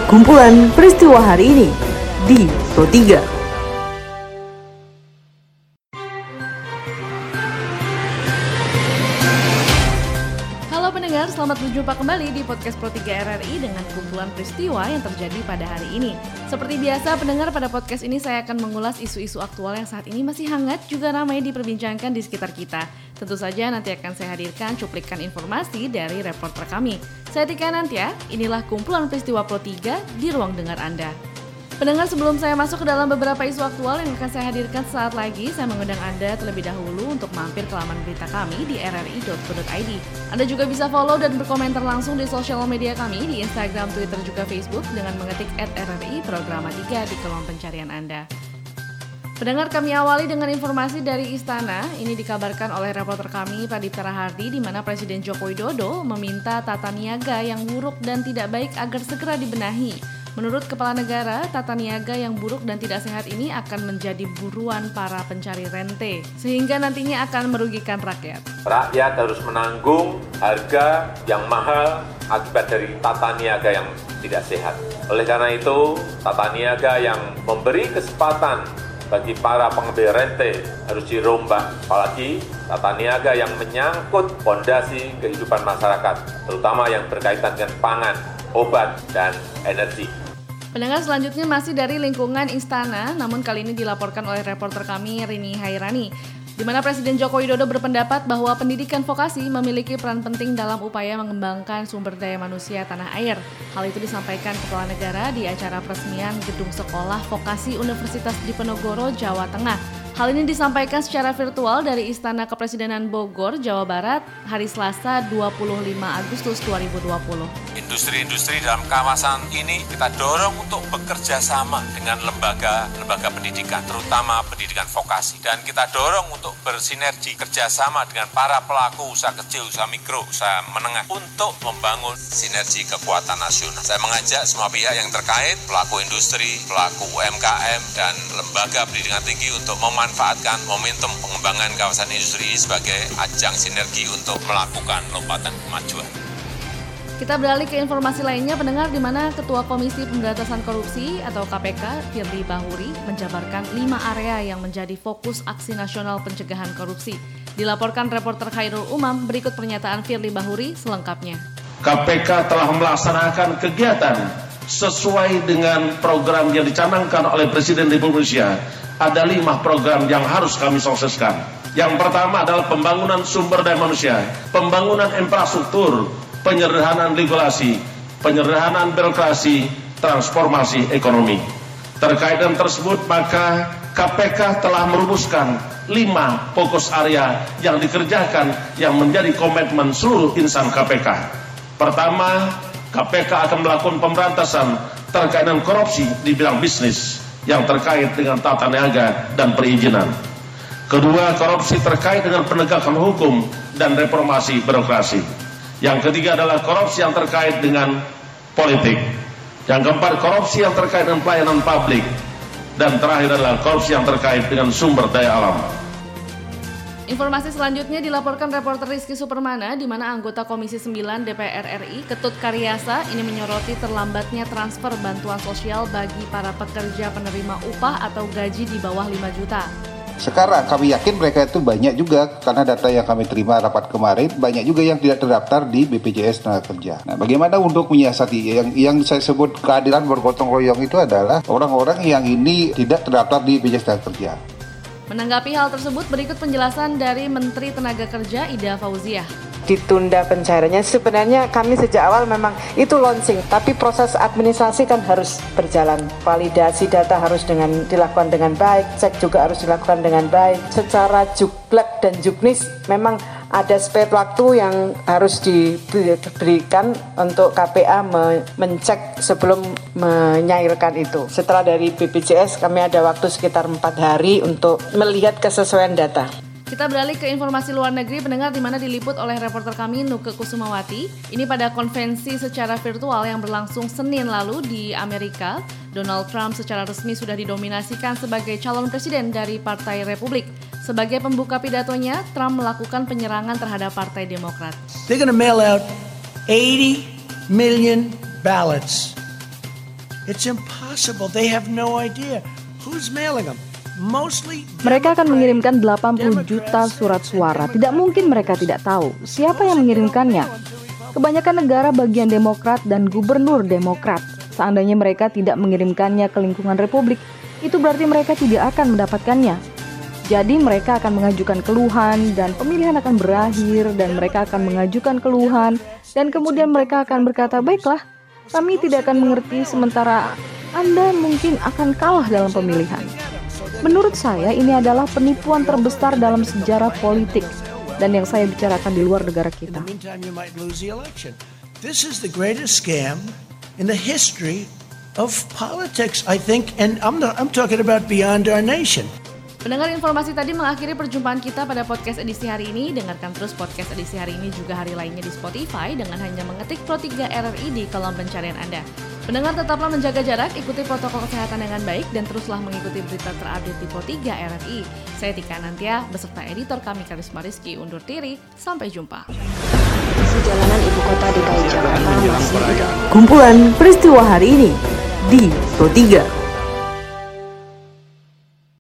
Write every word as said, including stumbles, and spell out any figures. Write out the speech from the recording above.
Kumpulan peristiwa hari ini di Pro tiga. Halo pendengar, selamat berjumpa kembali di podcast Pro tiga R R I dengan kumpulan peristiwa yang terjadi pada hari ini. Seperti biasa pendengar, pada podcast ini saya akan mengulas isu-isu aktual yang saat ini masih hangat juga ramai diperbincangkan di sekitar kita. Tentu saja nanti akan saya hadirkan cuplikan informasi dari reporter kami. Saya Tika Nantia, inilah kumpulan peristiwa Pro tiga di ruang dengar Anda. Pendengar, sebelum saya masuk ke dalam beberapa isu aktual yang akan saya hadirkan sesaat lagi, saya mengundang Anda terlebih dahulu untuk mampir ke laman berita kami di r r i dot co dot i d. Anda juga bisa follow dan berkomentar langsung di sosial media kami di Instagram, Twitter, juga Facebook dengan mengetik at r r i programa tiga di kolom pencarian Anda. Pendengar, kami awali dengan informasi dari Istana. Ini dikabarkan oleh reporter kami Pradipta Rahardi, di mana Presiden Joko Widodo meminta tata niaga yang buruk dan tidak baik agar segera dibenahi. Menurut Kepala Negara, tata niaga yang buruk dan tidak sehat ini akan menjadi buruan para pencari rente, sehingga nantinya akan merugikan rakyat. Rakyat harus menanggung harga yang mahal akibat dari tata niaga yang tidak sehat. Oleh karena itu, tata niaga yang memberi kesempatan bagi para pengambil rente harus dirombak, apalagi tata niaga yang menyangkut fondasi kehidupan masyarakat, terutama yang berkaitan dengan pangan, obat, dan energi. Pendengar, selanjutnya masih dari lingkungan Istana, namun kali ini dilaporkan oleh reporter kami Rini Hairani, di mana Presiden Joko Widodo berpendapat bahwa pendidikan vokasi memiliki peran penting dalam upaya mengembangkan sumber daya manusia tanah air. Hal itu disampaikan Kepala Negara di acara peresmian Gedung Sekolah Vokasi Universitas Diponegoro, Jawa Tengah. Hal ini disampaikan secara virtual dari Istana Kepresidenan Bogor, Jawa Barat, hari Selasa dua puluh lima Agustus dua ribu dua puluh. Industri-industri dalam kawasan ini kita dorong untuk bekerja sama dengan lembaga-lembaga pendidikan, terutama pendidikan vokasi. Dan kita dorong untuk bersinergi kerjasama dengan para pelaku usaha kecil, usaha mikro, usaha menengah untuk membangun sinergi kekuatan nasional. Saya mengajak semua pihak yang terkait, pelaku industri, pelaku U M K M, dan lembaga pendidikan tinggi untuk memanfaatkan momentum pengembangan kawasan industri ini sebagai ajang sinergi untuk melakukan lompatan kemajuan. Kita beralih ke informasi lainnya, pendengar, di mana Ketua Komisi Pemberantasan Korupsi atau K P K, Firly Bahuri, menjabarkan lima area yang menjadi fokus aksi nasional pencegahan korupsi. Dilaporkan reporter Khairul Umam, berikut pernyataan Firly Bahuri selengkapnya. K P K telah melaksanakan kegiatan sesuai dengan program yang dicanangkan oleh Presiden Republik Indonesia. Ada lima program yang harus kami sukseskan. Yang pertama adalah pembangunan sumber daya manusia, pembangunan infrastruktur, penyederhanaan regulasi, penyederhanaan birokrasi, transformasi ekonomi. Terkait dengan tersebut, maka K P K telah merumuskan lima fokus area yang dikerjakan yang menjadi komitmen seluruh insan K P K. Pertama, K P K akan melakukan pemberantasan terkait dengan korupsi di bidang bisnis yang terkait dengan tata niaga dan perizinan. Kedua, korupsi terkait dengan penegakan hukum dan reformasi birokrasi. Yang ketiga adalah korupsi yang terkait dengan politik. Yang keempat, korupsi yang terkait dengan pelayanan publik. Dan terakhir adalah korupsi yang terkait dengan sumber daya alam. Informasi selanjutnya dilaporkan reporter Rizky Supermana, di mana anggota Komisi sembilan D P R R I Ketut Karyasa ini menyoroti terlambatnya transfer bantuan sosial bagi para pekerja penerima upah atau gaji di bawah lima juta. Sekarang kami yakin mereka itu banyak juga, karena data yang kami terima rapat kemarin, banyak juga yang tidak terdaftar di B P J S Tenaga Kerja. Nah, bagaimana untuk menyiasati? Yang, yang saya sebut keadilan bergotong royong itu adalah orang-orang yang ini tidak terdaftar di B P J S Tenaga Kerja. Menanggapi hal tersebut, berikut penjelasan dari Menteri Tenaga Kerja Ida Fauziah. Ditunda pencairannya, sebenarnya kami sejak awal memang itu launching, tapi proses administrasi kan harus berjalan. Validasi data harus dengan dilakukan dengan baik, cek juga harus dilakukan dengan baik. Secara juklek dan juknis memang ada spare waktu yang harus diberikan untuk K P A mencek sebelum menyairkan itu. Setelah dari B P J S kami ada waktu sekitar empat hari untuk melihat kesesuaian data. Kita beralih ke informasi luar negeri, pendengar, di mana diliput oleh reporter kami Nuke Kusumawati. Ini pada konvensi secara virtual yang berlangsung Senin lalu di Amerika. Donald Trump secara resmi sudah didominasikan sebagai calon presiden dari Partai Republik. Sebagai pembuka pidatonya, Trump melakukan penyerangan terhadap Partai Demokrat. They're going to mail out eighty million ballots It's impossible. They have no idea. Who's mailing them? Mostly Mereka akan mengirimkan delapan puluh juta surat suara. Tidak mungkin mereka tidak tahu siapa yang mengirimkannya. Kebanyakan negara bagian Demokrat dan gubernur Demokrat. Seandainya mereka tidak mengirimkannya ke lingkungan Republik, itu berarti mereka tidak akan mendapatkannya. Jadi mereka akan mengajukan keluhan dan pemilihan akan berakhir dan mereka akan mengajukan keluhan dan kemudian mereka akan berkata, baiklah, kami tidak akan mengerti sementara Anda mungkin akan kalah dalam pemilihan. Menurut saya ini adalah penipuan terbesar dalam sejarah politik dan yang saya bicarakan di luar negara kita. This is the greatest scam in the history of politics, I think, and I'm not, I'm talking about beyond our nation. Pendengar, informasi tadi mengakhiri perjumpaan kita pada podcast edisi hari ini. Dengarkan terus podcast edisi hari ini juga hari lainnya di Spotify dengan hanya mengetik Pro tiga R R I di kolom pencarian Anda. Pendengar, tetaplah menjaga jarak, ikuti protokol kesehatan dengan baik, dan teruslah mengikuti berita terupdate di Pro tiga R R I. Saya Tika Nantia, beserta editor kami Karisma Rizky undur diri. Sampai jumpa. Perjalanan ibu kota D K I Jakarta masih Kumpulan peristiwa hari ini di Pro tiga.